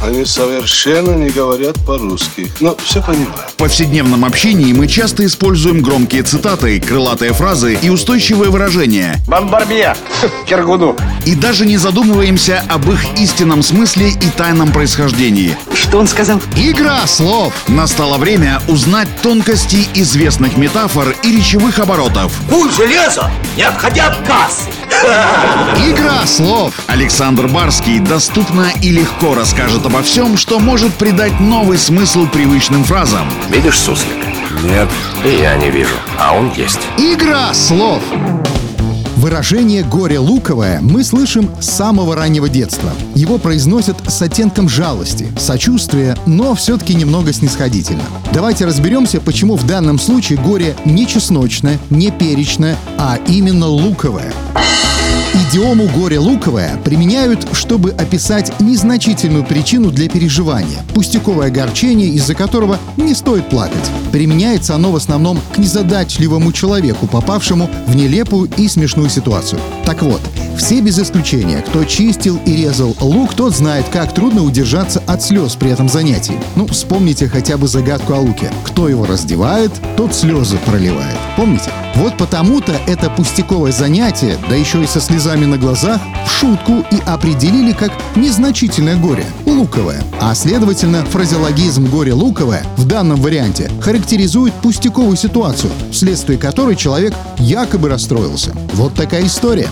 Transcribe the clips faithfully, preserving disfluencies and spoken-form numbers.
Они совершенно не говорят по-русски, но все понимаю. В повседневном общении мы часто используем громкие цитаты, крылатые фразы и устойчивые выражения. Бомбарбье! Киргуду! И даже не задумываемся об их истинном смысле и тайном происхождении. Что он сказал? Игра слов! Настало время узнать тонкости известных метафор и речевых оборотов. Куль железо, не отходя от кассы. Игра слов! Александр Барский доступно и легко расскажет обо всем, что может придать новый смысл привычным фразам. Видишь суслика? Нет. И я не вижу, а он есть. Игра слов! Выражение «горе луковое» мы слышим с самого раннего детства. Его произносят с оттенком жалости, сочувствия, но все-таки немного снисходительно. Давайте разберемся, почему в данном случае горе не чесночное, не перечное, а именно луковое. Идиому «горе луковое» применяют, чтобы описать незначительную причину для переживания, пустяковое огорчение, из-за которого не стоит плакать. Применяется оно в основном к незадачливому человеку, попавшему в нелепую и смешную ситуацию. Так вот, все без исключения, кто чистил и резал лук, тот знает, как трудно удержаться от слез при этом занятии. Ну, вспомните хотя бы загадку о луке. Кто его раздевает, тот слезы проливает. Помните? Вот потому-то это пустяковое занятие, да еще и со слезами на глазах, в шутку и определили как незначительное горе – луковое. А следовательно, фразеологизм «горе луковое» в данном варианте характеризует пустяковую ситуацию, вследствие которой человек якобы расстроился. Вот такая история.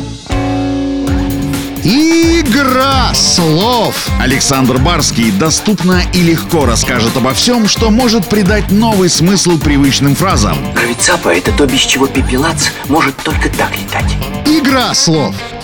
Игра слов! Александр Барский доступно и легко расскажет обо всем, что может придать новый смысл привычным фразам. А ведь цапа — это то, без чего пепелац может только так летать. Игра слов!